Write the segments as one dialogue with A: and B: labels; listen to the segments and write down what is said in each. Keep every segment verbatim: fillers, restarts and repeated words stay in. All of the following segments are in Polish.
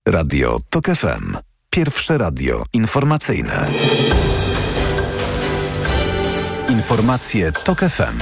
A: Radio TOK F M. Pierwsze radio informacyjne. Informacje TOK F M.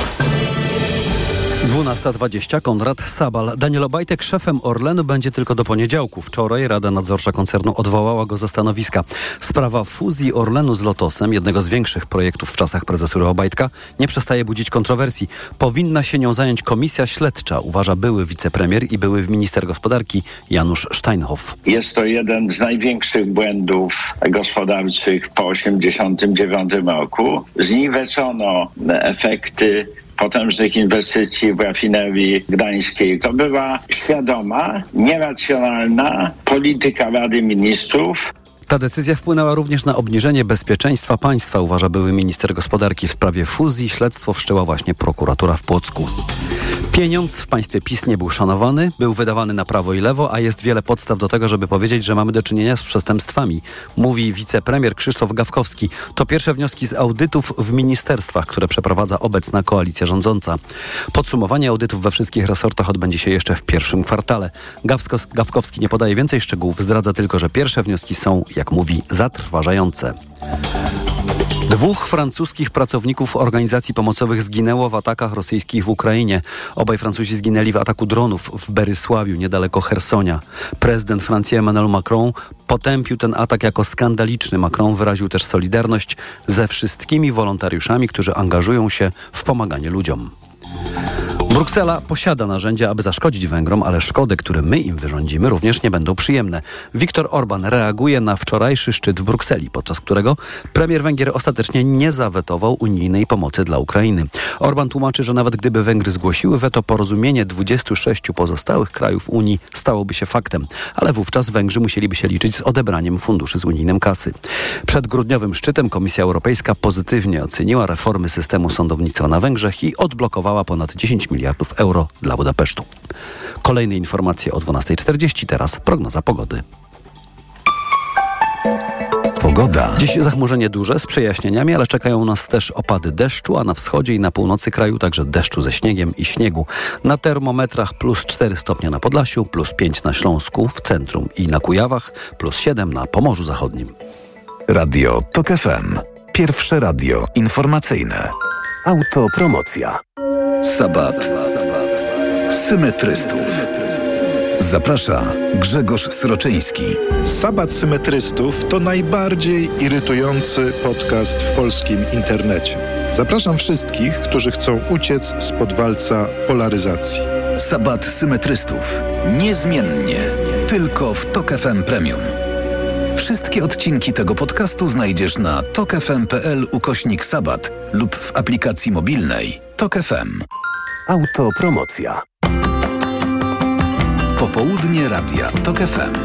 B: dwunasta dwadzieścia. Konrad Sabal. Daniel Obajtek szefem Orlenu będzie tylko do poniedziałku. Wczoraj Rada Nadzorcza koncernu odwołała go ze stanowiska. Sprawa fuzji Orlenu z Lotosem, jednego z większych projektów w czasach prezesury Obajtka, nie przestaje budzić kontrowersji. Powinna się nią zająć komisja śledcza, uważa były wicepremier i były minister gospodarki Janusz Steinhoff.
C: Jest to jeden z największych błędów gospodarczych po osiemdziesiątym dziewiątym roku. Zniweczono efekty potężnych inwestycji w rafinerii gdańskiej. To była świadoma, nieracjonalna polityka Rady Ministrów.
B: Ta decyzja wpłynęła również na obniżenie bezpieczeństwa państwa, uważa były minister gospodarki. W sprawie fuzji śledztwo wszczęła właśnie prokuratura w Płocku. Pieniądz w państwie PiS nie był szanowany, był wydawany na prawo i lewo, a jest wiele podstaw do tego, żeby powiedzieć, że mamy do czynienia z przestępstwami, mówi wicepremier Krzysztof Gawkowski. To pierwsze wnioski z audytów w ministerstwach, które przeprowadza obecna koalicja rządząca. Podsumowanie audytów we wszystkich resortach odbędzie się jeszcze w pierwszym kwartale. Gawkos- Gawkowski nie podaje więcej szczegółów, zdradza tylko, że pierwsze wnioski są, jak mówi, zatrważające. Dwóch francuskich pracowników organizacji pomocowych zginęło w atakach rosyjskich w Ukrainie. Obaj Francuzi zginęli w ataku dronów w Berysławiu, niedaleko Chersonia. Prezydent Francji Emmanuel Macron potępił ten atak jako skandaliczny. Macron wyraził też solidarność ze wszystkimi wolontariuszami, którzy angażują się w pomaganie ludziom. Bruksela posiada narzędzia, aby zaszkodzić Węgrom, ale szkody, które my im wyrządzimy, również nie będą przyjemne. Viktor Orban reaguje na wczorajszy szczyt w Brukseli, podczas którego premier Węgier ostatecznie nie zawetował unijnej pomocy dla Ukrainy. Orban tłumaczy, że nawet gdyby Węgry zgłosiły weto, porozumienie dwudziestu sześciu pozostałych krajów Unii stałoby się faktem, ale wówczas Węgrzy musieliby się liczyć z odebraniem funduszy z unijnym kasy. Przed grudniowym szczytem Komisja Europejska pozytywnie oceniła reformy systemu sądownictwa na Węgrzech i odblokowała ponad dziesięć miliardów euro dla Budapesztu. Kolejne informacje o dwunasta czterdzieści. Teraz prognoza pogody.
A: Pogoda.
B: Dziś zachmurzenie duże z przejaśnieniami, ale czekają nas też opady deszczu, a na wschodzie i na północy kraju także deszczu ze śniegiem i śniegu. Na termometrach plus cztery stopnie na Podlasiu, plus pięć na Śląsku, w centrum i na Kujawach, plus siedem na Pomorzu Zachodnim.
A: Radio TOK F M. Pierwsze radio informacyjne. Autopromocja. Sabat symetrystów. Zaprasza Grzegorz Sroczyński.
D: Sabat symetrystów to najbardziej irytujący podcast w polskim internecie. Zapraszam wszystkich, którzy chcą uciec spod walca polaryzacji.
A: Sabat symetrystów. Niezmiennie. Tylko w TOK F M Premium. Wszystkie odcinki tego podcastu znajdziesz na tokfm.pl ukośnik sabat lub w aplikacji mobilnej TOK F M. Autopromocja. Popołudnie Radia TOK F M.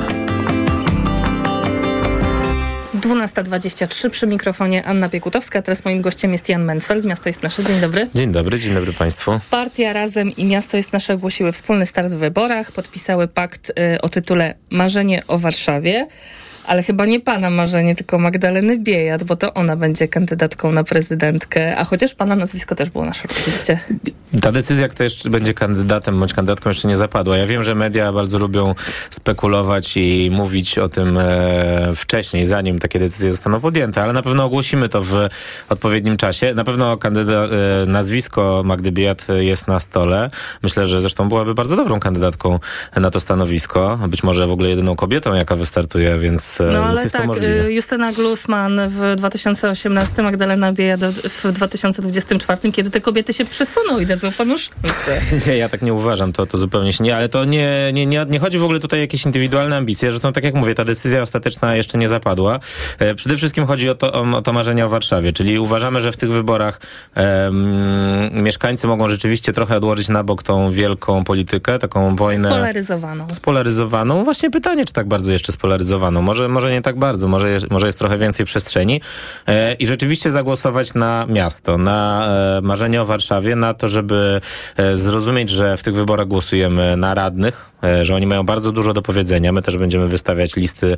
E: dwunasta dwadzieścia trzy, przy mikrofonie Anna Piekutowska. Teraz moim gościem jest Jan Mencfel z Miasto jest Nasze. Dzień dobry.
F: Dzień dobry, dzień dobry Państwu.
E: Partia Razem i Miasto jest Nasze ogłosiły wspólny start w wyborach. Podpisały pakt y, o tytule Marzenie o Warszawie. Ale chyba nie pana marzenie, tylko Magdaleny Biejat, bo to ona będzie kandydatką na prezydentkę. A chociaż pana nazwisko też było na shortliście.
F: Ta decyzja, kto jeszcze będzie kandydatem bądź kandydatką, jeszcze nie zapadła. Ja wiem, że media bardzo lubią spekulować i mówić o tym e, wcześniej, zanim takie decyzje zostaną podjęte, ale na pewno ogłosimy to w odpowiednim czasie. Na pewno kandyda- e, nazwisko Magdy Biejat jest na stole. Myślę, że zresztą byłaby bardzo dobrą kandydatką na to stanowisko. Być może w ogóle jedyną kobietą, jaka wystartuje, więc
E: No ale tak, Justyna Glusman w dwa tysiące osiemnastym, Magdalena Biejat w dwa tysiące dwudziestym czwartym, kiedy te kobiety się przesuną i dadzą panu szansę.
F: Nie, ja tak nie uważam, to, to zupełnie się nie, ale to nie, nie, nie, nie chodzi w ogóle tutaj o jakieś indywidualne ambicje, że to tak jak mówię, ta decyzja ostateczna jeszcze nie zapadła. E, przede wszystkim chodzi o to, o, o to marzenie o Warszawie, czyli uważamy, że w tych wyborach e, mieszkańcy mogą rzeczywiście trochę odłożyć na bok tą wielką politykę, taką wojnę...
E: Spolaryzowaną.
F: Spolaryzowaną. Właśnie pytanie, czy tak bardzo jeszcze spolaryzowaną. Może, może nie tak bardzo, może jest, może jest trochę więcej przestrzeni. E, I rzeczywiście zagłosować na miasto, na e, marzenie o Warszawie, na to, żeby e, zrozumieć, że w tych wyborach głosujemy na radnych, że oni mają bardzo dużo do powiedzenia. My też będziemy wystawiać listy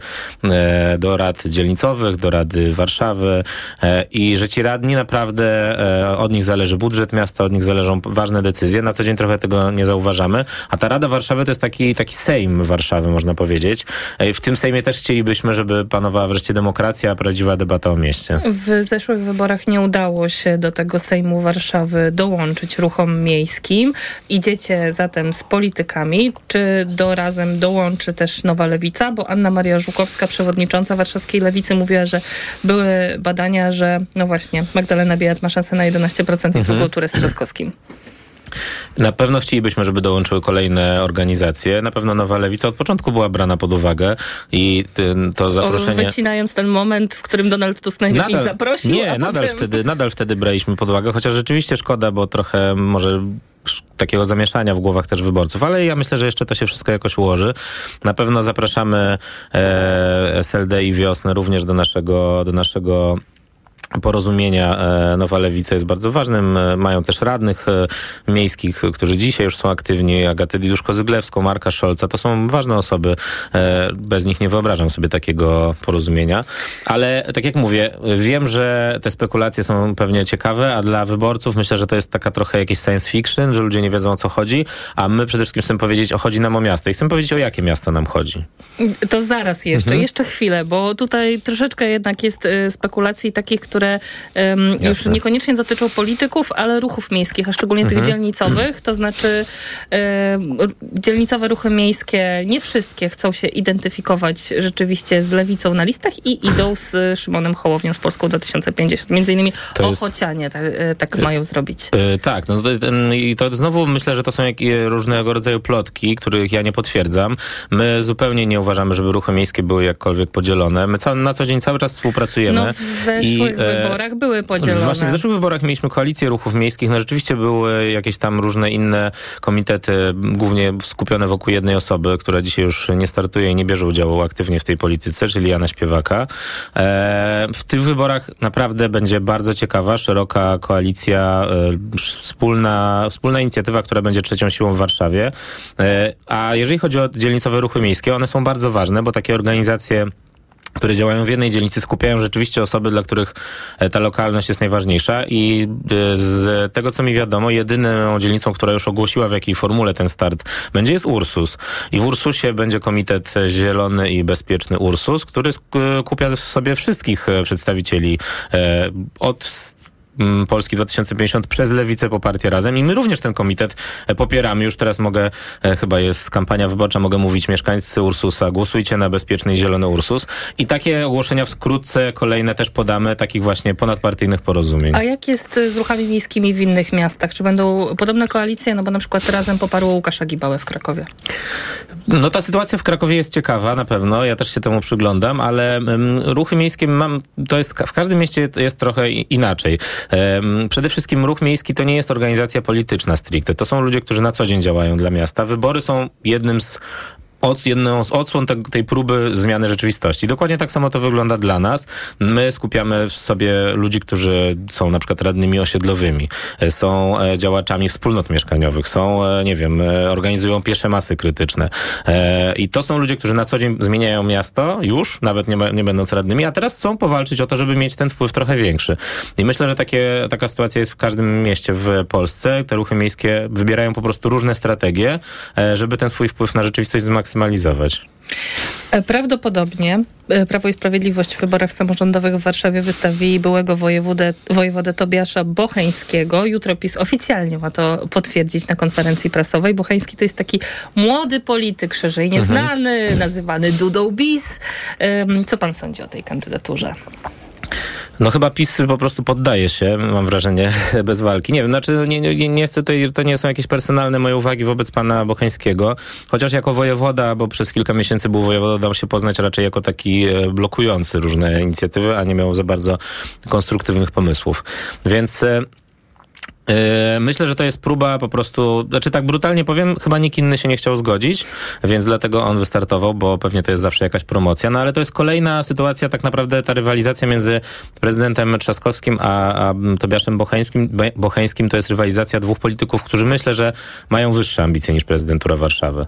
F: do rad dzielnicowych, do Rady Warszawy i że ci radni naprawdę, od nich zależy budżet miasta, od nich zależą ważne decyzje. Na co dzień trochę tego nie zauważamy. A ta Rada Warszawy to jest taki, taki Sejm Warszawy, można powiedzieć. W tym Sejmie też chcielibyśmy, żeby panowała wreszcie demokracja, prawdziwa debata o mieście.
E: W zeszłych wyborach nie udało się do tego Sejmu Warszawy dołączyć ruchom miejskim. Idziecie zatem z politykami. Czy do Razem dołączy też Nowa Lewica? Bo Anna Maria Żukowska, przewodnicząca warszawskiej Lewicy, mówiła, że były badania, że no właśnie Magdalena Biejat ma szansę na jedenaście procent i mhm. drugą turę z Trzaskowskim.
F: Na pewno chcielibyśmy, żeby dołączyły kolejne organizacje. Na pewno Nowa Lewica od początku była brana pod uwagę i to zaproszenie...
E: Wycinając ten moment, w którym Donald Tusk najlepiej
F: nadal,
E: zaprosił,
F: Nie,
E: a
F: nadal,
E: potem...
F: wtedy, nadal wtedy braliśmy pod uwagę, chociaż rzeczywiście szkoda, bo trochę może... takiego zamieszania w głowach też wyborców, ale ja myślę, że jeszcze to się wszystko jakoś ułoży. Na pewno zapraszamy e, S L D i Wiosnę również do naszego, do naszego porozumienia. Nowa Lewica jest bardzo ważnym. Mają też radnych miejskich, którzy dzisiaj już są aktywni. Agatę Diduszko-Zyglewską, Marka Szolca. To są ważne osoby. Bez nich nie wyobrażam sobie takiego porozumienia. Ale tak jak mówię, wiem, że te spekulacje są pewnie ciekawe, a dla wyborców myślę, że to jest taka trochę jakiś science fiction, że ludzie nie wiedzą, o co chodzi, a my przede wszystkim chcemy powiedzieć, o chodzi nam o miasto. I chcemy powiedzieć, o jakie miasto nam chodzi.
E: To zaraz jeszcze, mhm. jeszcze chwilę, bo tutaj troszeczkę jednak jest y, spekulacji takich, które um, już niekoniecznie dotyczą polityków, ale ruchów miejskich, a szczególnie mhm. tych dzielnicowych. To znaczy y, dzielnicowe ruchy miejskie, nie wszystkie chcą się identyfikować rzeczywiście z lewicą na listach i idą z Szymonem Hołownią z Polską dwa tysiące pięćdziesiąt. Między innymi to Ochocianie jest... tak, tak y, mają zrobić.
F: Y, tak, no i to znowu myślę, że to są jakieś różnego rodzaju plotki, których ja nie potwierdzam. My zupełnie nie uważamy, żeby ruchy miejskie były jakkolwiek podzielone. My ca- na co dzień cały czas współpracujemy.
E: No w zeszłych i, wyborach były podzielone.
F: Właśnie w zeszłych wyborach mieliśmy koalicję ruchów miejskich. No rzeczywiście były jakieś tam różne inne komitety, głównie skupione wokół jednej osoby, która dzisiaj już nie startuje i nie bierze udziału aktywnie w tej polityce, czyli Jana Śpiewaka. E, w tych wyborach naprawdę będzie bardzo ciekawa, szeroka koalicja, e, wspólna, wspólna inicjatywa, która będzie trzecią siłą w Warszawie. E, a jeżeli chodzi o dzielnicowe ruchy miejskie, one są bardzo ważne, bo takie organizacje, które działają w jednej dzielnicy, skupiają rzeczywiście osoby, dla których ta lokalność jest najważniejsza i z tego, co mi wiadomo, jedyną dzielnicą, która już ogłosiła, w jakiej formule ten start będzie, jest Ursus. I w Ursusie będzie Komitet Zielony i Bezpieczny Ursus, który skupia w sobie wszystkich przedstawicieli od Polski dwa tysiące pięćdziesiąt przez Lewicę po partię Razem i my również ten komitet popieramy. Już teraz mogę, chyba jest kampania wyborcza, mogę mówić, mieszkańcy Ursusa, głosujcie na Bezpieczny i Zielony Ursus. I takie ogłoszenia wkrótce kolejne też podamy, takich właśnie ponadpartyjnych porozumień.
E: A jak jest z ruchami miejskimi w innych miastach? Czy będą podobne koalicje? No bo na przykład Razem poparło Łukasza Gibałę w Krakowie.
F: No ta sytuacja w Krakowie jest ciekawa na pewno, ja też się temu przyglądam, ale um, ruchy miejskie mam, to jest, w każdym mieście jest trochę inaczej. Um, przede wszystkim ruch miejski to nie jest organizacja polityczna stricte, to są ludzie, którzy na co dzień działają dla miasta. Wybory są jednym z Od, jedną z odsłon te, tej próby zmiany rzeczywistości. Dokładnie tak samo to wygląda dla nas. My skupiamy w sobie ludzi, którzy są na przykład radnymi osiedlowymi, są e, działaczami wspólnot mieszkaniowych, są, e, nie wiem, e, organizują piesze masy krytyczne. E, I to są ludzie, którzy na co dzień zmieniają miasto, już, nawet nie, nie będąc radnymi, a teraz chcą powalczyć o to, żeby mieć ten wpływ trochę większy. I myślę, że takie, taka sytuacja jest w każdym mieście w Polsce. Te ruchy miejskie wybierają po prostu różne strategie, e, żeby ten swój wpływ na rzeczywistość zmaksymalizować.
E: Prawdopodobnie Prawo i Sprawiedliwość w wyborach samorządowych w Warszawie wystawi byłego wojewodę, wojewodę Tobiasza Bocheńskiego. Jutro PiS oficjalnie ma to potwierdzić na konferencji prasowej. Bocheński to jest taki młody polityk, szerzej nieznany, mhm. nazywany Dudą bis. Co pan sądzi o tej kandydaturze?
F: No chyba PiS po prostu poddaje się, mam wrażenie, bez walki. Nie wiem, znaczy nie, nie, nie jest tutaj, to nie są jakieś personalne moje uwagi wobec pana Bocheńskiego, chociaż jako wojewoda, bo przez kilka miesięcy był wojewodą, dał się poznać raczej jako taki blokujący różne inicjatywy, a nie miał za bardzo konstruktywnych pomysłów. Więc Myślę, że to jest próba po prostu, znaczy tak brutalnie powiem, chyba nikt inny się nie chciał zgodzić, więc dlatego on wystartował, bo pewnie to jest zawsze jakaś promocja, no ale to jest kolejna sytuacja, tak naprawdę ta rywalizacja między prezydentem Trzaskowskim a, a Tobiaszem Bocheńskim, Bocheńskim to jest rywalizacja dwóch polityków, którzy myślę, że mają wyższe ambicje niż prezydentura Warszawy.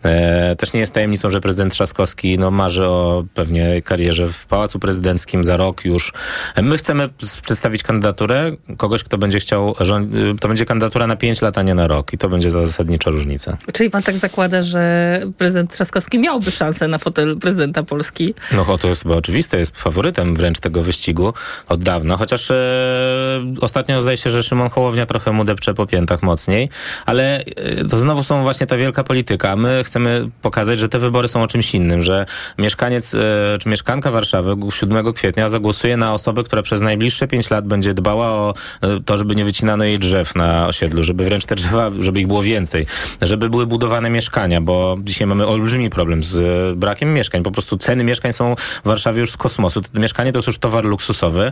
F: E, też nie jest tajemnicą, że prezydent Trzaskowski no, marzy o pewnie karierze w Pałacu Prezydenckim za rok już. My chcemy przedstawić kandydaturę kogoś, kto będzie chciał rządzić. To będzie kandydatura na pięć lat, a nie na rok. I to będzie zasadnicza różnica.
E: Czyli pan tak zakłada, że prezydent Trzaskowski miałby szansę na fotel prezydenta Polski?
F: No to jest chyba oczywiste. Jest faworytem wręcz tego wyścigu od dawna. Chociaż e, ostatnio zdaje się, że Szymon Hołownia trochę mu depcze po piętach mocniej. Ale e, to znowu są właśnie ta wielka polityka. My chcemy pokazać, że te wybory są o czymś innym. Że mieszkaniec e, czy mieszkanka Warszawy siódmego kwietnia zagłosuje na osobę, która przez najbliższe pięć lat będzie dbała o e, to, żeby nie wycinano jej drzew na osiedlu, żeby wręcz te drzewa, żeby ich było więcej, żeby były budowane mieszkania, bo dzisiaj mamy olbrzymi problem z brakiem mieszkań. Po prostu ceny mieszkań są w Warszawie już z kosmosu. To mieszkanie to jest już towar luksusowy.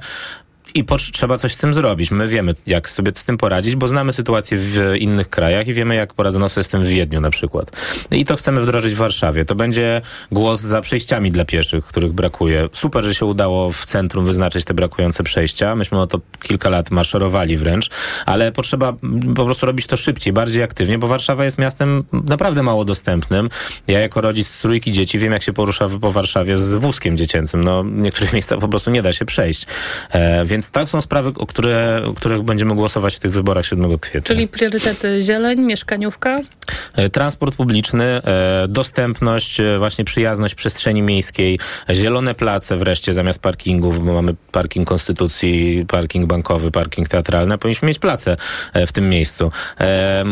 F: I po, trzeba coś z tym zrobić. My wiemy, jak sobie z tym poradzić, bo znamy sytuację w innych krajach i wiemy, jak poradzono sobie z tym w Wiedniu na przykład. I to chcemy wdrożyć w Warszawie. To będzie głos za przejściami dla pieszych, których brakuje. Super, że się udało w centrum wyznaczyć te brakujące przejścia. Myśmy o to kilka lat maszerowali wręcz, ale potrzeba po prostu robić to szybciej, bardziej aktywnie, bo Warszawa jest miastem naprawdę mało dostępnym. Ja jako rodzic z trójki dzieci wiem, jak się porusza po Warszawie z wózkiem dziecięcym. No, w niektórych miejscach po prostu nie da się przejść. E, więc tak są sprawy, o, które, o których będziemy głosować w tych wyborach siódmego kwietnia.
E: Czyli priorytety zieleń, mieszkaniówka?
F: Transport publiczny, e, dostępność, e, właśnie przyjazność przestrzeni miejskiej, zielone place wreszcie zamiast parkingów, bo mamy parking Konstytucji, parking bankowy, parking teatralny, powinniśmy mieć place e, w tym miejscu. E,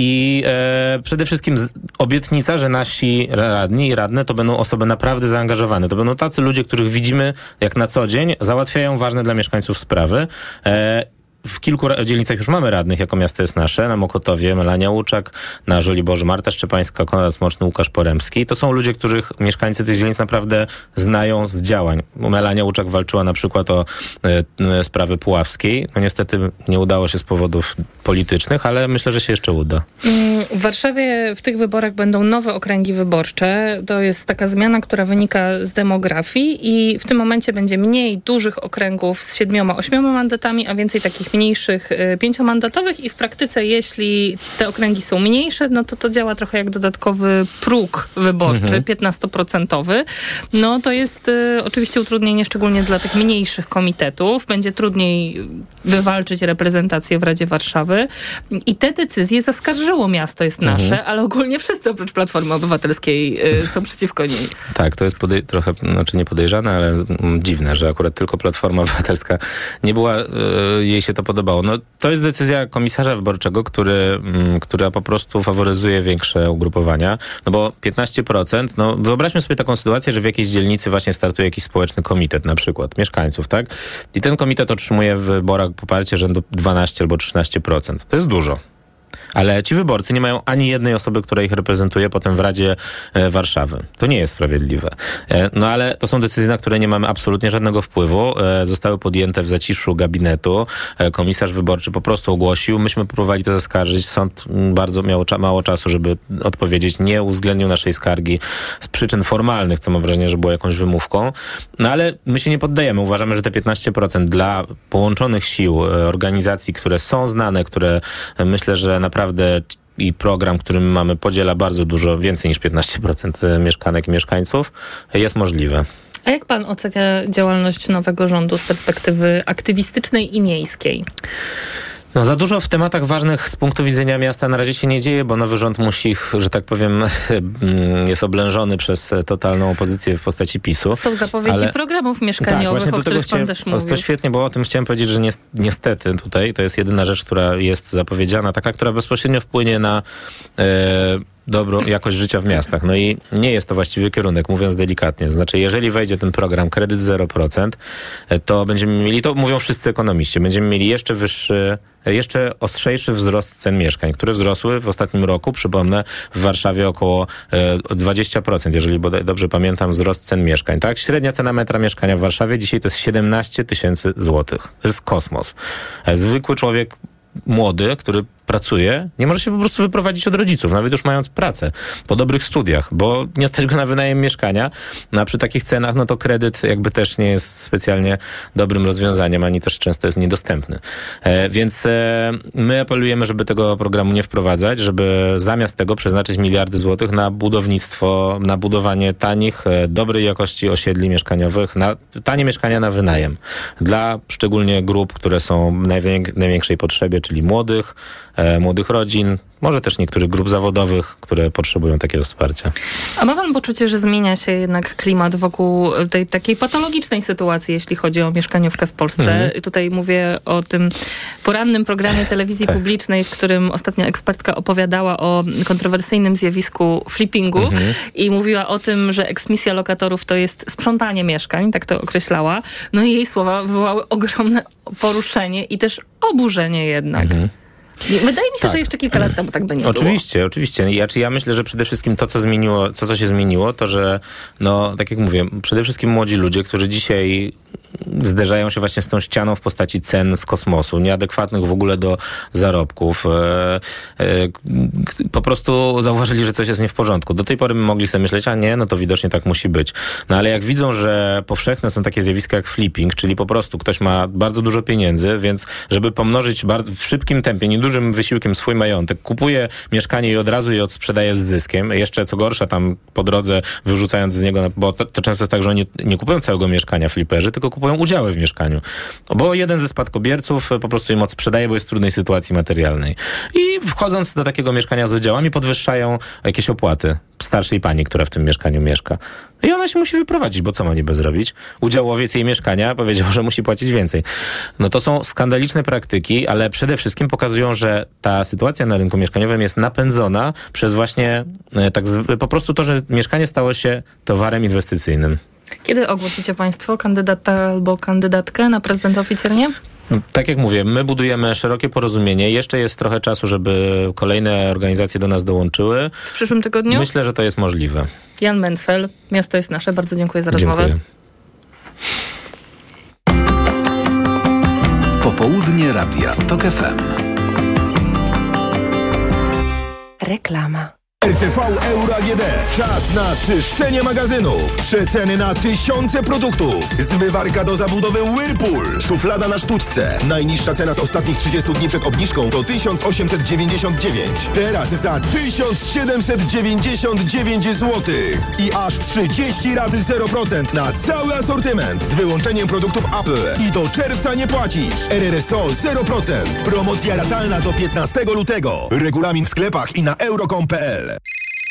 F: I e, przede wszystkim z, obietnica, że nasi radni i radne to będą osoby naprawdę zaangażowane. To będą tacy ludzie, których widzimy jak na co dzień, załatwiają ważne dla mieszkańców sprawy. E, W kilku dzielnicach już mamy radnych, jako Miasto jest Nasze, na Mokotowie Melania Łuczak, na Żoliborzu Marta Szczepańska, Konrad Smoczny, Łukasz Poremski. To są ludzie, których mieszkańcy tych dzielnic naprawdę znają z działań. Melania Łuczak walczyła na przykład o e, sprawy Puławskiej. No niestety nie udało się z powodów politycznych, ale myślę, że się jeszcze uda.
E: W Warszawie w tych wyborach będą nowe okręgi wyborcze. To jest taka zmiana, która wynika z demografii i w tym momencie będzie mniej dużych okręgów z siedmioma, ośmioma mandatami, a więcej takich mniejszych y, pięciomandatowych i w praktyce, jeśli te okręgi są mniejsze, no to to działa trochę jak dodatkowy próg wyborczy, mhm. piętnastoprocentowy. No to jest y, oczywiście utrudnienie, szczególnie dla tych mniejszych komitetów. Będzie trudniej wywalczyć reprezentację w Radzie Warszawy. I te decyzje zaskarżyło Miasto jest Nasze, mhm. ale ogólnie wszyscy oprócz Platformy Obywatelskiej y, są przeciwko niej.
F: Tak, to jest podej- trochę, znaczy nie podejrzane, ale mm, dziwne, że akurat tylko Platforma Obywatelska nie była, y, jej się to podobało. No, to jest decyzja komisarza wyborczego, który, m, która po prostu faworyzuje większe ugrupowania, no bo piętnaście procent, no wyobraźmy sobie taką sytuację, że w jakiejś dzielnicy właśnie startuje jakiś społeczny komitet, na przykład mieszkańców, tak? I ten komitet otrzymuje w wyborach poparcie rzędu dwanaście albo trzynaście procent. To jest dużo. Ale ci wyborcy nie mają ani jednej osoby, która ich reprezentuje potem w Radzie e, Warszawy. To nie jest sprawiedliwe. E, no ale to są decyzje, na które nie mamy absolutnie żadnego wpływu. E, zostały podjęte w zaciszu gabinetu. E, komisarz wyborczy po prostu ogłosił. Myśmy próbowali to zaskarżyć. Sąd bardzo miał cza- mało czasu, żeby odpowiedzieć. Nie uwzględnił naszej skargi z przyczyn formalnych, co mam wrażenie, że było jakąś wymówką. No ale my się nie poddajemy. Uważamy, że te piętnaście procent dla połączonych sił, e, organizacji, które są znane, które e, myślę, że naprawdę Naprawdę i program, który mamy, podziela bardzo dużo, więcej niż piętnaście procent mieszkanek i mieszkańców, jest możliwe.
E: A jak pan ocenia działalność nowego rządu z perspektywy aktywistycznej i miejskiej?
F: No za dużo w tematach ważnych z punktu widzenia miasta na razie się nie dzieje, bo nowy rząd musi ich, że tak powiem, jest oblężony przez totalną opozycję w postaci PiSu.
E: Są zapowiedzi
F: ale...
E: programów mieszkaniowych, tak, o których pan
F: chciałem,
E: też mówił.
F: To świetnie, bo o tym chciałem powiedzieć, że niestety tutaj to jest jedyna rzecz, która jest zapowiedziana, taka, która bezpośrednio wpłynie na e, dobrą jakość życia w miastach. No i nie jest to właściwy kierunek, mówiąc delikatnie. Znaczy, jeżeli wejdzie ten program kredyt zero procent, to będziemy mieli, to mówią wszyscy ekonomiści, będziemy mieli jeszcze wyższy, jeszcze ostrzejszy wzrost cen mieszkań, które wzrosły w ostatnim roku, przypomnę, w Warszawie około e, dwadzieścia procent, jeżeli bodaj dobrze pamiętam, wzrost cen mieszkań. Tak? Średnia cena metra mieszkania w Warszawie dzisiaj to jest siedemnaście tysięcy złotych. To jest kosmos. Zwykły człowiek młody, który pracuje, nie może się po prostu wyprowadzić od rodziców, nawet już mając pracę, po dobrych studiach, bo nie stać go na wynajem mieszkania, no a przy takich cenach, no to kredyt jakby też nie jest specjalnie dobrym rozwiązaniem, ani też często jest niedostępny. E, więc e, my apelujemy, żeby tego programu nie wprowadzać, żeby zamiast tego przeznaczyć miliardy złotych na budownictwo, na budowanie tanich, e, dobrej jakości osiedli mieszkaniowych, na tanie mieszkania na wynajem. Dla szczególnie grup, które są w najwię- największej potrzebie, czyli młodych, e, młodych rodzin, może też niektórych grup zawodowych, które potrzebują takiego wsparcia.
E: A ma pan poczucie, że zmienia się jednak klimat wokół tej takiej patologicznej sytuacji, jeśli chodzi o mieszkaniówkę w Polsce? Mhm. Tutaj mówię o tym porannym programie telewizji tak. publicznej, w którym ostatnio ekspertka opowiadała o kontrowersyjnym zjawisku flippingu mhm. i mówiła o tym, że eksmisja lokatorów to jest sprzątanie mieszkań, tak to określała. No i jej słowa wywołały ogromne poruszenie i też oburzenie jednak. Mhm. Wydaje mi się, tak. że jeszcze kilka lat temu tak by nie było.
F: Oczywiście, oczywiście. Ja, czy ja myślę, że przede wszystkim to, co zmieniło, to, co się zmieniło, to, że no, tak jak mówię, przede wszystkim młodzi ludzie, którzy dzisiaj zderzają się właśnie z tą ścianą w postaci cen z kosmosu, nieadekwatnych w ogóle do zarobków. E, e, po prostu zauważyli, że coś jest nie w porządku. Do tej pory mogli sobie myśleć, a nie, no to widocznie tak musi być. No ale jak widzą, że powszechne są takie zjawiska jak flipping, czyli po prostu ktoś ma bardzo dużo pieniędzy, więc żeby pomnożyć bardzo, w szybkim tempie, niedużym wysiłkiem swój majątek, kupuje mieszkanie i od razu je odsprzedaje z zyskiem. Jeszcze co gorsza tam po drodze wyrzucając z niego, bo to, to często jest tak, że oni nie kupują całego mieszkania fliperzy, tylko kupują udziały w mieszkaniu. Bo jeden ze spadkobierców po prostu im odsprzedaje, bo jest w trudnej sytuacji materialnej. I wchodząc do takiego mieszkania z udziałami podwyższają jakieś opłaty starszej pani, która w tym mieszkaniu mieszka. I ona się musi wyprowadzić, bo co ma niby zrobić? Udziałowiec jej mieszkania powiedział, że musi płacić więcej. No to są skandaliczne praktyki, ale przede wszystkim pokazują, że ta sytuacja na rynku mieszkaniowym jest napędzona przez właśnie tak po prostu to, że mieszkanie stało się towarem inwestycyjnym.
E: Kiedy ogłosicie państwo kandydata albo kandydatkę na prezydenta oficjalnie?
F: Tak jak mówię, my budujemy szerokie porozumienie. Jeszcze jest trochę czasu, żeby kolejne organizacje do nas dołączyły.
E: W przyszłym tygodniu?
F: Myślę, że to jest możliwe.
E: Jan Mencfel, Miasto jest nasze. Bardzo dziękuję za rozmowę.
F: Dziękuję.
A: Popołudnie Radia Tok F M.
G: Reklama.
H: R T V Euro A G D. Czas na czyszczenie magazynów. Przeceny na tysiące produktów. Zmywarka do zabudowy Whirlpool. Szuflada na sztuczce. Najniższa cena z ostatnich trzydziestu dni przed obniżką to tysiąc osiemset dziewięćdziesiąt dziewięć. Teraz za tysiąc siedemset dziewięćdziesiąt dziewięć złotych. I aż trzydzieści rat zero procent na cały asortyment. Z wyłączeniem produktów Apple. I do czerwca nie płacisz. R R S O zero procent. Promocja ratalna do piętnastego lutego. Regulamin w sklepach i na euro kropka com kropka p l.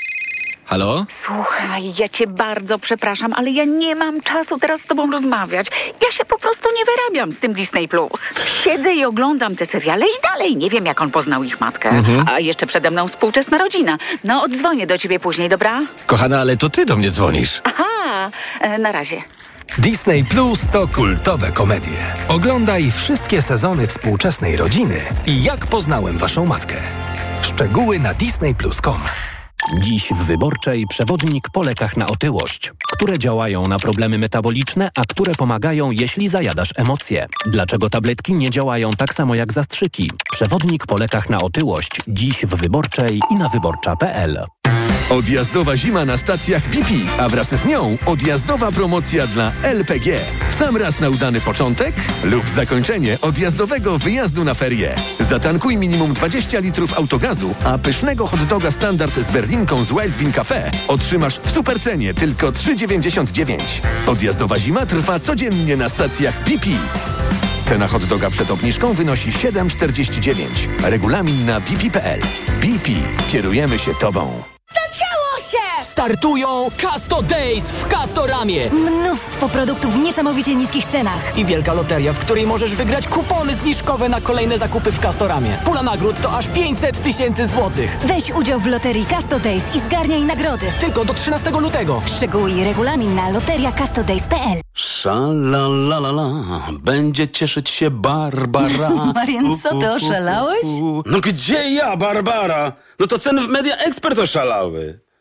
I: Halo?
J: Słuchaj, ja cię bardzo przepraszam, ale ja nie mam czasu teraz z tobą rozmawiać. Ja się po prostu nie wyrabiam z tym Disney Plus. Siedzę i oglądam te seriale i dalej nie wiem, jak on poznał ich matkę. Mhm. A jeszcze przede mną współczesna rodzina. No, odzwonię do ciebie później, dobra?
I: Kochana, ale to ty do mnie dzwonisz.
J: Aha, e, na razie.
K: Disney Plus to kultowe komedie. Oglądaj wszystkie sezony współczesnej rodziny i Jak poznałem waszą matkę. Szczegóły na disney plus kropka com. Dziś w Wyborczej przewodnik po lekach na otyłość, które działają na problemy metaboliczne, a które pomagają, jeśli zajadasz emocje. Dlaczego tabletki nie działają tak samo jak zastrzyki? Przewodnik po lekach na otyłość. Dziś w Wyborczej i na wyborcza kropka p l.
L: Odjazdowa zima na stacjach B P, a wraz z nią odjazdowa promocja dla L P G. W sam raz na udany początek lub zakończenie odjazdowego wyjazdu na ferie. Zatankuj minimum dwadzieścia litrów autogazu, a pysznego hot doga standard z berlinką z Wild Bean Cafe otrzymasz w supercenie tylko trzy dziewięćdziesiąt dziewięć. Odjazdowa zima trwa codziennie na stacjach B P. Cena hot doga przed obniżką wynosi siedem czterdzieści dziewięć. Regulamin na b p kropka p l. B P. Kierujemy się tobą.
M: Zaczęło się!
N: Startują Casto Days w Castoramie.
M: Mnóstwo produktów w niesamowicie niskich cenach.
N: I wielka loteria, w której możesz wygrać kupony zniżkowe na kolejne zakupy w Castoramie. Pula nagród to aż pięćset tysięcy złotych.
M: Weź udział w loterii Casto Days i zgarniaj nagrody.
N: Tylko do trzynastego lutego.
M: Szczegóły i regulamin na loteria casto days kropka p l.
O: Szalalala, będzie cieszyć się Barbara.
P: Marian, co ty, oszalałeś?
O: No gdzie ja, Barbara? No to ceny w Media Expert oszalały.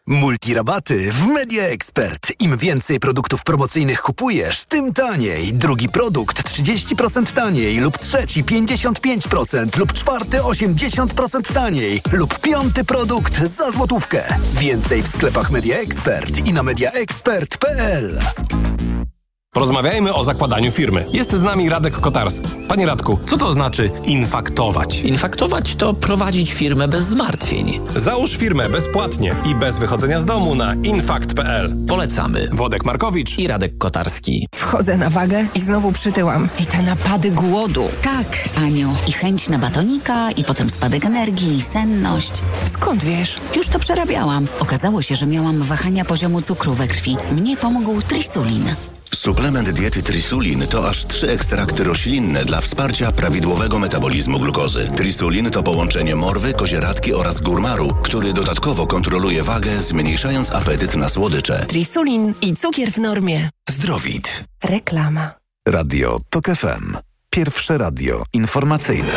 K: Multirabaty w Media Expert. Im więcej produktów promocyjnych kupujesz, tym taniej. Drugi produkt trzydzieści procent taniej lub trzeci pięćdziesiąt pięć procent lub czwarty osiemdziesiąt procent taniej lub piąty produkt za złotówkę. Więcej w sklepach Media Expert i na media expert kropka p l.
P: Porozmawiajmy o zakładaniu firmy. Jest z nami Radek Kotarski. Panie Radku, co to znaczy infaktować?
Q: Infaktować to prowadzić firmę bez zmartwień.
P: Załóż firmę bezpłatnie i bez wychodzenia z domu na infakt kropka p l.
Q: Polecamy.
P: Wodek Markowicz
Q: i Radek Kotarski.
G: Wchodzę na wagę i znowu przytyłam. I te napady głodu.
R: Tak, Aniu. I chęć na batonika, i potem spadek energii, i senność.
G: Skąd wiesz?
R: Już to przerabiałam. Okazało się, że miałam wahania poziomu cukru we krwi. Mnie pomógł Trisulin.
S: Suplement diety Trisulin to aż trzy ekstrakty roślinne dla wsparcia prawidłowego metabolizmu glukozy. Trisulin to połączenie morwy, kozieradki oraz górmaru, który dodatkowo kontroluje wagę, zmniejszając apetyt na słodycze.
G: Trisulin i cukier w normie.
S: Zdrowit.
G: Reklama.
A: Radio TOK F M. Pierwsze radio informacyjne.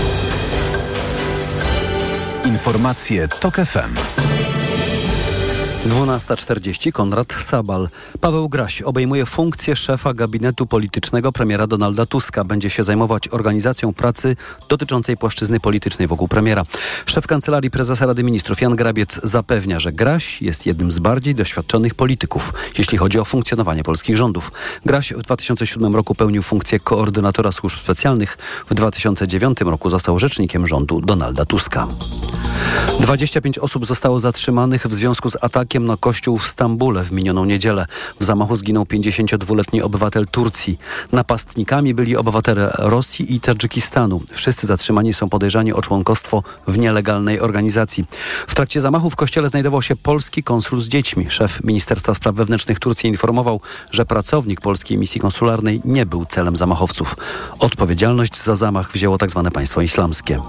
A: Informacje TOK F M.
B: dwunasta czterdzieści. Konrad Sabal. Paweł Graś obejmuje funkcję szefa gabinetu politycznego premiera Donalda Tuska. Będzie się zajmować organizacją pracy dotyczącej płaszczyzny politycznej wokół premiera. Szef Kancelarii Prezesa Rady Ministrów Jan Grabiec zapewnia, że Graś jest jednym z bardziej doświadczonych polityków, jeśli chodzi o funkcjonowanie polskich rządów. Graś w dwa tysiące siódmym roku pełnił funkcję koordynatora służb specjalnych. W dwa tysiące dziewiątym roku został rzecznikiem rządu Donalda Tuska. dwadzieścia pięć osób zostało zatrzymanych w związku z atakiem na kościół w Stambule w minioną niedzielę. W zamachu zginął pięćdziesięciodwuletni obywatel Turcji. Napastnikami byli obywatele Rosji i Tadżykistanu. Wszyscy zatrzymani są podejrzani o członkostwo w nielegalnej organizacji. W trakcie zamachu w kościele znajdował się polski konsul z dziećmi. Szef Ministerstwa Spraw Wewnętrznych Turcji informował, że pracownik polskiej misji konsularnej nie był celem zamachowców. Odpowiedzialność za zamach wzięło tzw. państwo islamskie.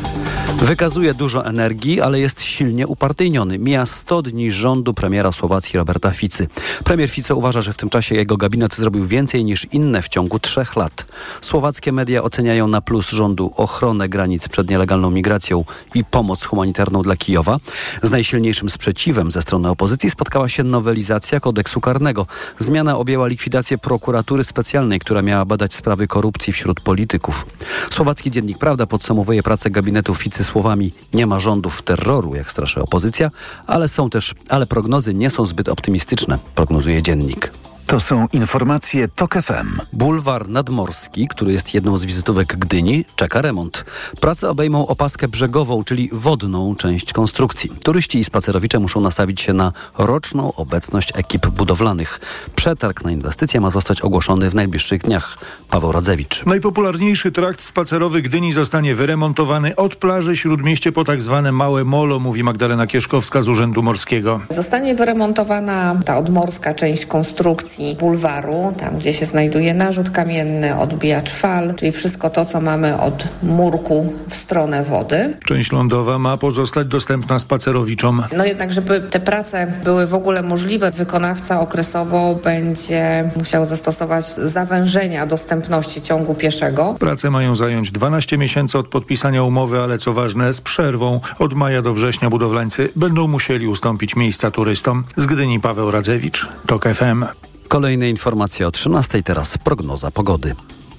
B: Wykazuje dużo energii, ale jest silnie upartyjniony. Mija sto dni rządu premiera Słowacji Roberta Ficy. Premier Fico uważa, że w tym czasie jego gabinet zrobił więcej niż inne w ciągu trzech lat. Słowackie media oceniają na plus rządu ochronę granic przed nielegalną migracją i pomoc humanitarną dla Kijowa. Z najsilniejszym sprzeciwem ze strony opozycji spotkała się nowelizacja kodeksu karnego. Zmiana objęła likwidację prokuratury specjalnej, która miała badać sprawy korupcji wśród polityków. Słowacki dziennik Prawda podsumowuje pracę gabinetu Ficy słowami: nie ma rządów terroru, jak straszy opozycja, ale są też, ale prognozy nie są zbyt optymistyczne, prognozuje dziennik.
A: To są informacje TOK F M.
B: Bulwar Nadmorski, który jest jedną z wizytówek Gdyni, czeka remont. Prace obejmą opaskę brzegową, czyli wodną część konstrukcji. Turyści i spacerowicze muszą nastawić się na roczną obecność ekip budowlanych. Przetarg na inwestycje ma zostać ogłoszony w najbliższych dniach. Paweł Radzewicz.
T: Najpopularniejszy trakt spacerowy Gdyni zostanie wyremontowany od plaży Śródmieście po tak zwane Małe Molo, mówi Magdalena Kieszkowska z Urzędu Morskiego.
U: Zostanie wyremontowana ta odmorska część konstrukcji bulwaru, tam gdzie się znajduje narzut kamienny, odbijacz fal, czyli wszystko to, co mamy od murku w stronę wody.
T: Część lądowa ma pozostać dostępna spacerowiczom.
U: No jednak, żeby te prace były w ogóle możliwe, wykonawca okresowo będzie musiał zastosować zawężenia dostępności ciągu pieszego.
T: Prace mają zająć dwanaście miesięcy od podpisania umowy, ale co ważne, z przerwą. Od maja do września budowlańcy będą musieli ustąpić miejsca turystom. Z Gdyni Paweł Radzewicz, TOK F M.
B: Kolejne informacje o trzynastej, teraz prognoza pogody.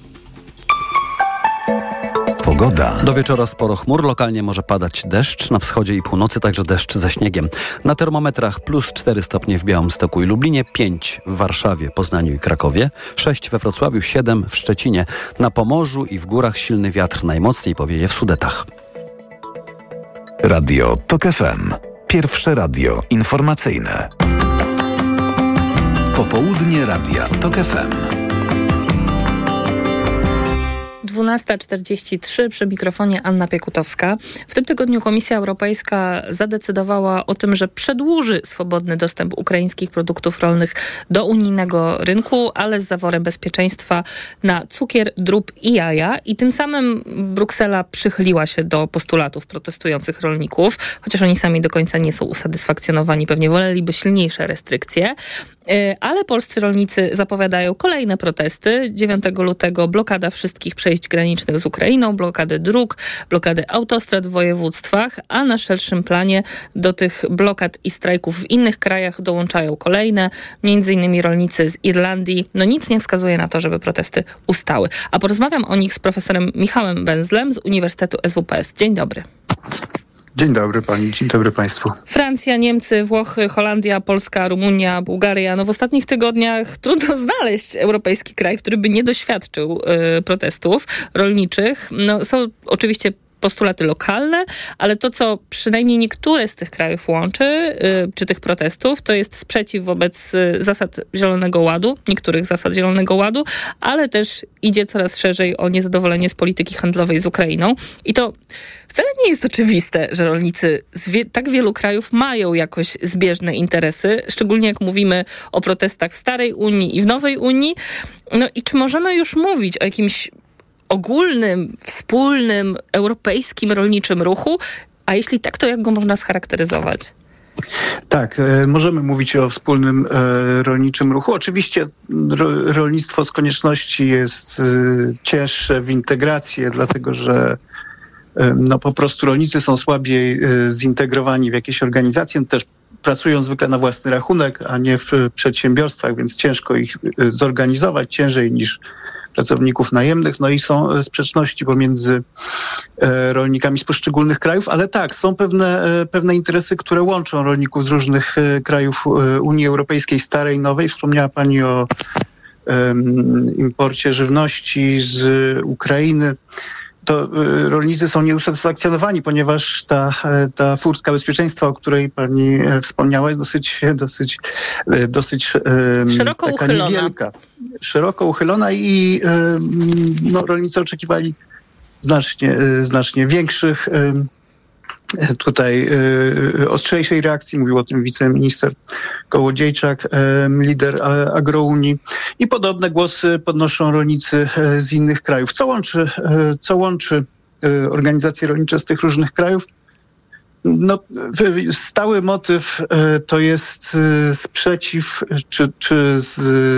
A: Pogoda.
B: Do wieczora sporo chmur, lokalnie może padać deszcz, na wschodzie i północy także deszcz ze śniegiem. Na termometrach plus cztery stopnie w Białymstoku i Lublinie, pięć w Warszawie, Poznaniu i Krakowie, sześć we Wrocławiu, siedem w Szczecinie. Na Pomorzu i w górach silny wiatr, najmocniej powieje w Sudetach.
A: Radio TOK F M. Pierwsze radio informacyjne. Popołudnie Radia TOK F M.
E: dwunasta czterdzieści trzy, przy mikrofonie Anna Piekutowska. W tym tygodniu Komisja Europejska zadecydowała o tym, że przedłuży swobodny dostęp ukraińskich produktów rolnych do unijnego rynku, ale z zaworem bezpieczeństwa na cukier, drób i jaja. I tym samym Bruksela przychyliła się do postulatów protestujących rolników, chociaż oni sami do końca nie są usatysfakcjonowani. Pewnie woleliby silniejsze restrykcje. Ale polscy rolnicy zapowiadają kolejne protesty. dziewiątego lutego blokada wszystkich przejść przejść granicznych z Ukrainą, blokady dróg, blokady autostrad w województwach, a na szerszym planie do tych blokad i strajków w innych krajach dołączają kolejne, między innymi rolnicy z Irlandii. No nic nie wskazuje na to, żeby protesty ustały. A porozmawiam o nich z profesorem Michałem Węzlem z Uniwersytetu S W P S. Dzień dobry.
C: Dzień dobry pani, dzień dobry państwu.
E: Francja, Niemcy, Włochy, Holandia, Polska, Rumunia, Bułgaria. No w ostatnich tygodniach trudno znaleźć europejski kraj, który by nie doświadczył y, protestów rolniczych. No są oczywiście postulaty lokalne, ale to, co przynajmniej niektóre z tych krajów łączy, yy, czy tych protestów, to jest sprzeciw wobec y, zasad Zielonego Ładu, niektórych zasad Zielonego Ładu, ale też idzie coraz szerzej o niezadowolenie z polityki handlowej z Ukrainą. I to wcale nie jest oczywiste, że rolnicy z wie- tak wielu krajów mają jakoś zbieżne interesy, szczególnie jak mówimy o protestach w starej Unii i w nowej Unii. No i czy możemy już mówić o jakimś ogólnym, wspólnym, europejskim rolniczym ruchu? A jeśli tak, to jak go można scharakteryzować?
C: Tak, e, możemy mówić o wspólnym e, rolniczym ruchu. Oczywiście ro, rolnictwo z konieczności jest e, cięższe w integrację, dlatego że e, no, po prostu rolnicy są słabiej e, zintegrowani w jakieś organizacje, też pracują zwykle na własny rachunek, a nie w przedsiębiorstwach, więc ciężko ich e, zorganizować, ciężej niż pracowników najemnych, no i są sprzeczności pomiędzy e, rolnikami z poszczególnych krajów, ale tak, są pewne, e, pewne interesy, które łączą rolników z różnych e, krajów e, Unii Europejskiej, starej, nowej. Wspomniała pani o e, imporcie żywności z Ukrainy. To y, rolnicy są nieusatysfakcjonowani, ponieważ ta, ta furtka bezpieczeństwa, o której pani e, wspomniała, jest dosyć, dosyć, e, dosyć e,
E: szeroko
C: taka
E: uchylona.
C: niewielka. Szeroko uchylona i e, no, rolnicy oczekiwali znacznie, e, znacznie większych e, tutaj y, ostrzejszej reakcji. Mówił o tym wiceminister Kołodziejczak, y, lider Agrounii. I podobne głosy podnoszą rolnicy y, z innych krajów. Co łączy, y, co łączy y, organizacje rolnicze z tych różnych krajów? No, y, stały motyw y, to jest y, sprzeciw, czy, czy z,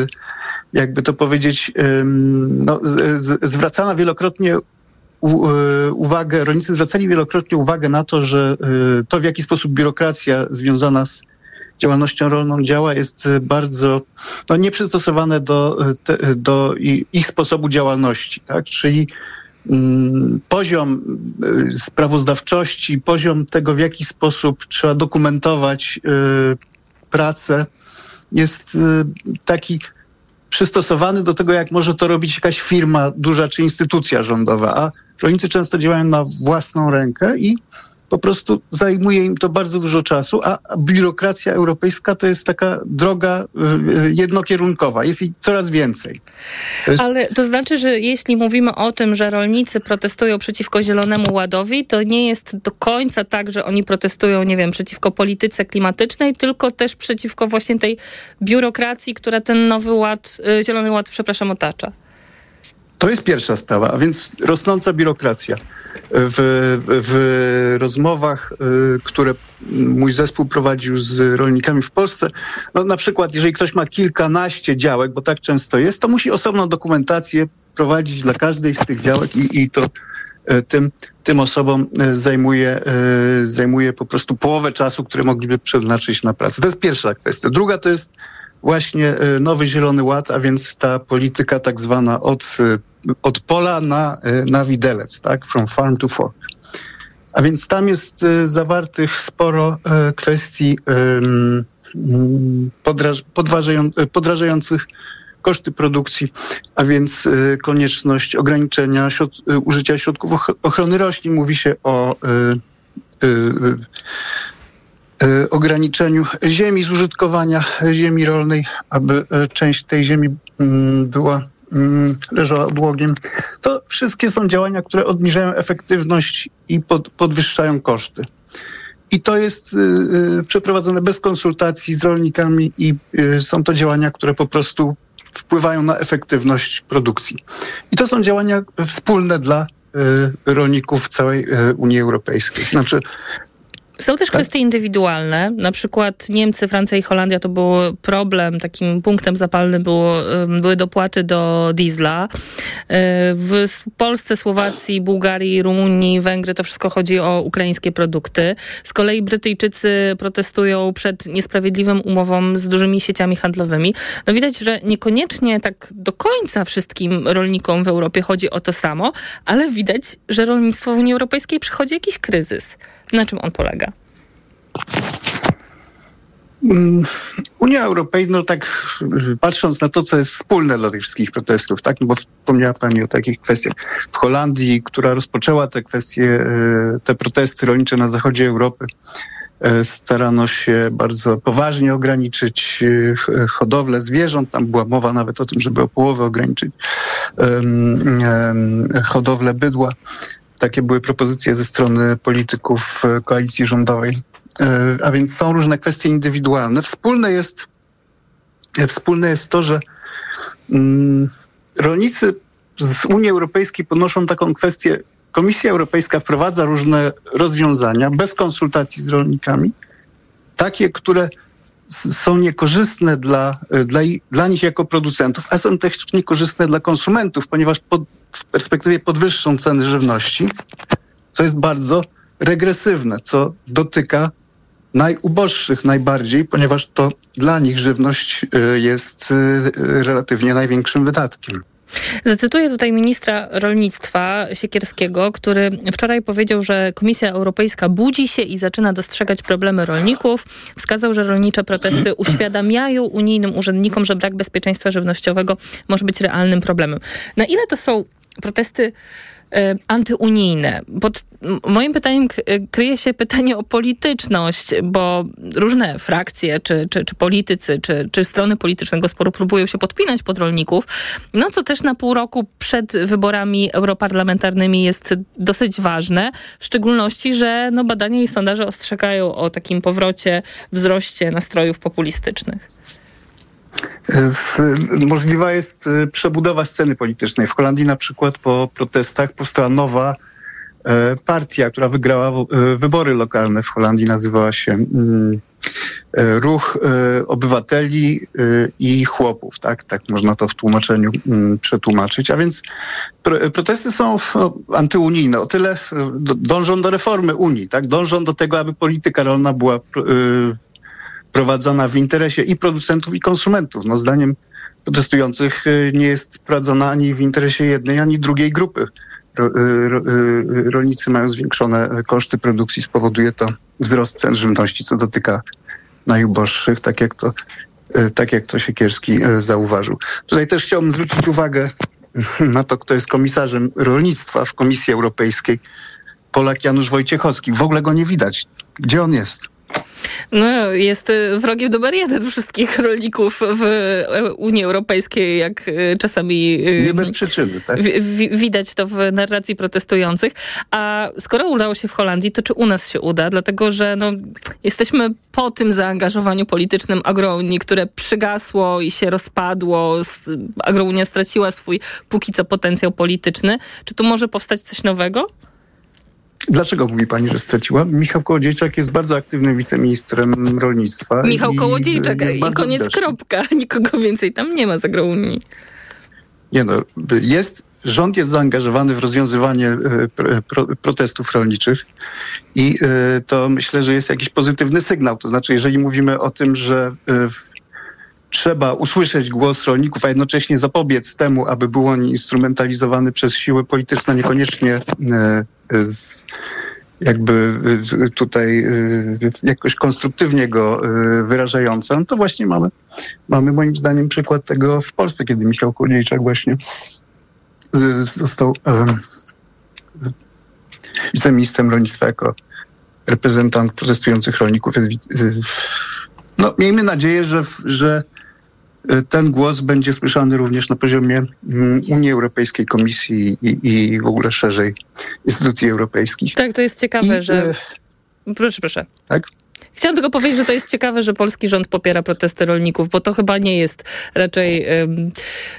C: jakby to powiedzieć, y, no, z, zwracana wielokrotnie U, y, uwagę, rolnicy zwracali wielokrotnie uwagę na to, że y, to, w jaki sposób biurokracja związana z działalnością rolną działa, jest bardzo no, nieprzystosowane do, te, do ich sposobu działalności. Tak? Czyli y, poziom y, sprawozdawczości, poziom tego, w jaki sposób trzeba dokumentować y, pracę, jest y, taki przystosowany do tego, jak może to robić jakaś firma duża czy instytucja rządowa, a rolnicy często działają na własną rękę i po prostu zajmuje im to bardzo dużo czasu, a biurokracja europejska to jest taka droga y, jednokierunkowa. Jest jej coraz więcej.
E: To jest... Ale to znaczy, że jeśli mówimy o tym, że rolnicy protestują przeciwko Zielonemu Ładowi, to nie jest do końca tak, że oni protestują, nie wiem, przeciwko polityce klimatycznej, tylko też przeciwko właśnie tej biurokracji, która ten nowy ład, y, Zielony Ład, przepraszam, otacza.
C: To jest pierwsza sprawa, a więc rosnąca biurokracja. W, w, w rozmowach, y, które mój zespół prowadził z rolnikami w Polsce, no na przykład jeżeli ktoś ma kilkanaście działek, bo tak często jest, to musi osobną dokumentację prowadzić dla każdej z tych działek i, i to y, tym, tym osobom y, zajmuje, y, zajmuje po prostu połowę czasu, które mogliby przeznaczyć na pracę. To jest pierwsza kwestia. Druga to jest właśnie nowy Zielony Ład, a więc ta polityka tak zwana od, od pola na, na widelec, tak? From farm to fork. A więc tam jest zawartych sporo kwestii podraż, podważają, podrażających koszty produkcji, a więc konieczność ograniczenia środ, użycia środków ochrony roślin. Mówi się o y, y, ograniczeniu ziemi, zużytkowania ziemi rolnej, aby część tej ziemi była, leżała odłogiem. To wszystkie są działania, które obniżają efektywność i pod, podwyższają koszty. I to jest y, przeprowadzone bez konsultacji z rolnikami i y, są to działania, które po prostu wpływają na efektywność produkcji. I to są działania wspólne dla y, rolników całej y, Unii Europejskiej. Znaczy,
E: Są też
C: tak?
E: kwestie indywidualne. Na przykład Niemcy, Francja i Holandia to był problem, takim punktem zapalnym było, były dopłaty do diesla. W Polsce, Słowacji, Bułgarii, Rumunii, Węgry to wszystko chodzi o ukraińskie produkty. Z kolei Brytyjczycy protestują przed niesprawiedliwą umową z dużymi sieciami handlowymi. No widać, że niekoniecznie tak do końca wszystkim rolnikom w Europie chodzi o to samo, ale widać, że rolnictwo w Unii Europejskiej przechodzi jakiś kryzys. Na czym on polega?
C: Unia Europejska, no tak patrząc na to, co jest wspólne dla tych wszystkich protestów, tak, no bo wspomniała pani o takich kwestiach w Holandii, która rozpoczęła te kwestie, te protesty rolnicze na zachodzie Europy, starano się bardzo poważnie ograniczyć hodowlę zwierząt. Tam była mowa nawet o tym, żeby o połowę ograniczyć hodowlę bydła. Takie były propozycje ze strony polityków koalicji rządowej. A więc są różne kwestie indywidualne. Wspólne jest, wspólne jest to, że mm, rolnicy z Unii Europejskiej podnoszą taką kwestię. Komisja Europejska wprowadza różne rozwiązania bez konsultacji z rolnikami, takie, które są niekorzystne dla, dla, dla nich jako producentów, a są też niekorzystne dla konsumentów, ponieważ pod, w perspektywie podwyższą ceny żywności, co jest bardzo regresywne, co dotyka najuboższych najbardziej, ponieważ to dla nich żywność jest relatywnie największym wydatkiem.
E: Zacytuję tutaj ministra rolnictwa Siekierskiego, który wczoraj powiedział, że Komisja Europejska budzi się i zaczyna dostrzegać problemy rolników. Wskazał, że rolnicze protesty uświadamiają unijnym urzędnikom, że brak bezpieczeństwa żywnościowego może być realnym problemem. Na ile to są protesty antyunijne? Pod moim pytaniem kryje się pytanie o polityczność, bo różne frakcje, czy, czy, czy politycy, czy, czy strony politycznego sporu próbują się podpinać pod rolników, no co też na pół roku przed wyborami europarlamentarnymi jest dosyć ważne, w szczególności, że no, badania i sondaże ostrzegają o takim powrocie, wzroście nastrojów populistycznych.
C: Możliwa jest przebudowa sceny politycznej. W Holandii na przykład po protestach powstała nowa partia, która wygrała wybory lokalne w Holandii. Nazywała się Ruch Obywateli i Chłopów. Tak, tak można to w tłumaczeniu przetłumaczyć. A więc protesty są antyunijne. O tyle dążą do reformy Unii. Tak? Dążą do tego, aby polityka rolna była prowadzona w interesie i producentów, i konsumentów. No, zdaniem protestujących nie jest prowadzona ani w interesie jednej, ani drugiej grupy. Ro, ro, rolnicy mają zwiększone koszty produkcji, spowoduje to wzrost cen żywności, co dotyka najuboższych, tak jak to, tak jak to Siekierski zauważył. Tutaj też chciałbym zwrócić uwagę na to, kto jest komisarzem rolnictwa w Komisji Europejskiej. Polak Janusz Wojciechowski. W ogóle go nie widać. Gdzie on jest?
E: No, jest wrogiem numer jeden wszystkich rolników w Unii Europejskiej, jak czasami
C: nie bez przyczyny, tak?
E: w- widać to w narracji protestujących. A skoro udało się w Holandii, to czy u nas się uda? Dlatego, że no, jesteśmy po tym zaangażowaniu politycznym Agrounii, które przygasło i się rozpadło. Agrounia straciła swój póki co potencjał polityczny. Czy tu może powstać coś nowego?
C: Dlaczego mówi pani, że straciła? Michał Kołodziejczak jest bardzo aktywnym wiceministrem rolnictwa.
E: Michał
C: i
E: Kołodziejczak i koniec,
C: widoczny.
E: kropka. Nikogo więcej tam nie ma z Agrounii.
C: Nie no, jest, rząd jest zaangażowany w rozwiązywanie pro, protestów rolniczych i to myślę, że jest jakiś pozytywny sygnał. To znaczy, jeżeli mówimy o tym, że w, trzeba usłyszeć głos rolników, a jednocześnie zapobiec temu, aby był on instrumentalizowany przez siły polityczne, niekoniecznie z, jakby tutaj jakoś konstruktywnie go wyrażające, no to właśnie mamy, mamy moim zdaniem przykład tego w Polsce, kiedy Michał Kołodziejczak właśnie został wiceministrem rolnictwa jako reprezentant protestujących rolników. No, miejmy nadzieję, że, że ten głos będzie słyszany również na poziomie Unii Europejskiej, Komisji i, i w ogóle szerzej instytucji europejskich.
E: Tak, to jest ciekawe,
C: I,
E: że... Proszę, proszę.
C: Tak?
E: Chciałam tylko powiedzieć, że to jest ciekawe, że polski rząd popiera protesty rolników, bo to chyba nie jest raczej um,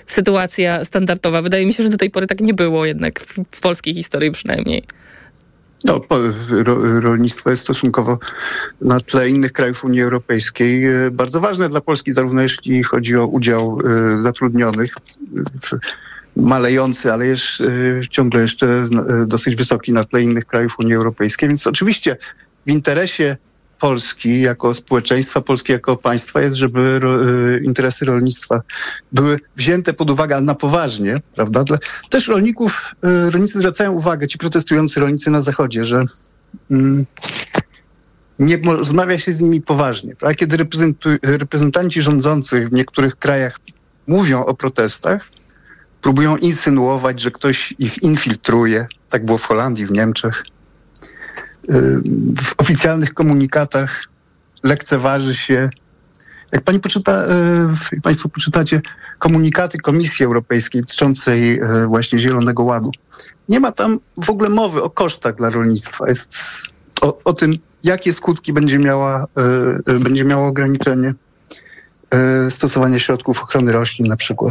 E: sytuacja standardowa. Wydaje mi się, że do tej pory tak nie było jednak, w, w polskiej historii przynajmniej.
C: No, ro, rolnictwo jest stosunkowo na tle innych krajów Unii Europejskiej bardzo ważne dla Polski, zarówno jeśli chodzi o udział zatrudnionych, malejący, ale jest ciągle jeszcze dosyć wysoki na tle innych krajów Unii Europejskiej, więc oczywiście w interesie Polski jako społeczeństwa, Polski jako państwa jest, żeby ro, interesy rolnictwa były wzięte pod uwagę na poważnie, prawda? Dla, też rolników, rolnicy zwracają uwagę, ci protestujący rolnicy na Zachodzie, że mm, nie rozmawia się z nimi poważnie. A kiedy reprezentanci rządzących w niektórych krajach mówią o protestach, próbują insynuować, że ktoś ich infiltruje. Tak było w Holandii, w Niemczech. W oficjalnych komunikatach lekceważy się, jak pani poczyta, jak państwo poczytacie komunikaty Komisji Europejskiej dotyczącej właśnie Zielonego Ładu, nie ma tam w ogóle mowy o kosztach dla rolnictwa. Jest o, o tym, jakie skutki będzie miała, będzie miało ograniczenie stosowania środków ochrony roślin na przykład.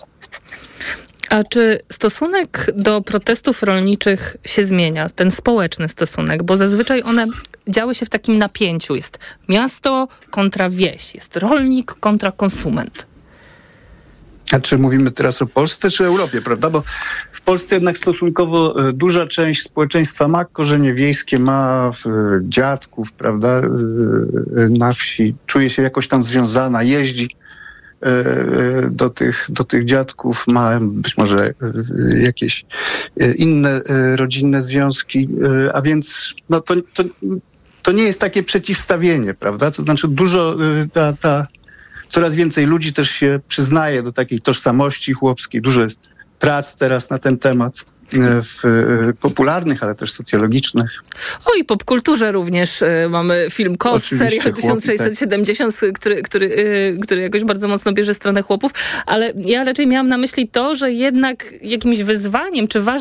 E: A czy stosunek do protestów rolniczych się zmienia? Ten społeczny stosunek, bo zazwyczaj one działy się w takim napięciu. Jest miasto kontra wieś, jest rolnik kontra konsument.
C: A czy mówimy teraz o Polsce czy Europie, prawda? Bo w Polsce jednak stosunkowo duża część społeczeństwa ma korzenie wiejskie, ma dziadków, prawda, na wsi, czuje się jakoś tam związana, jeździ do tych, do tych dziadków, ma być może jakieś inne rodzinne związki, a więc no to, to, to nie jest takie przeciwstawienie, prawda? To znaczy dużo, ta, ta, coraz więcej ludzi też się przyznaje do takiej tożsamości chłopskiej, dużo jest prac teraz na ten temat, w, popularnych, ale też socjologicznych.
E: O i popkulturze również y, mamy film K O S, serial tysiąc sześćset siedemdziesiąt, tak. który, który, y, który jakoś bardzo mocno bierze stronę chłopów, ale ja raczej miałam na myśli to, że jednak jakimś wyzwaniem, czy ważnym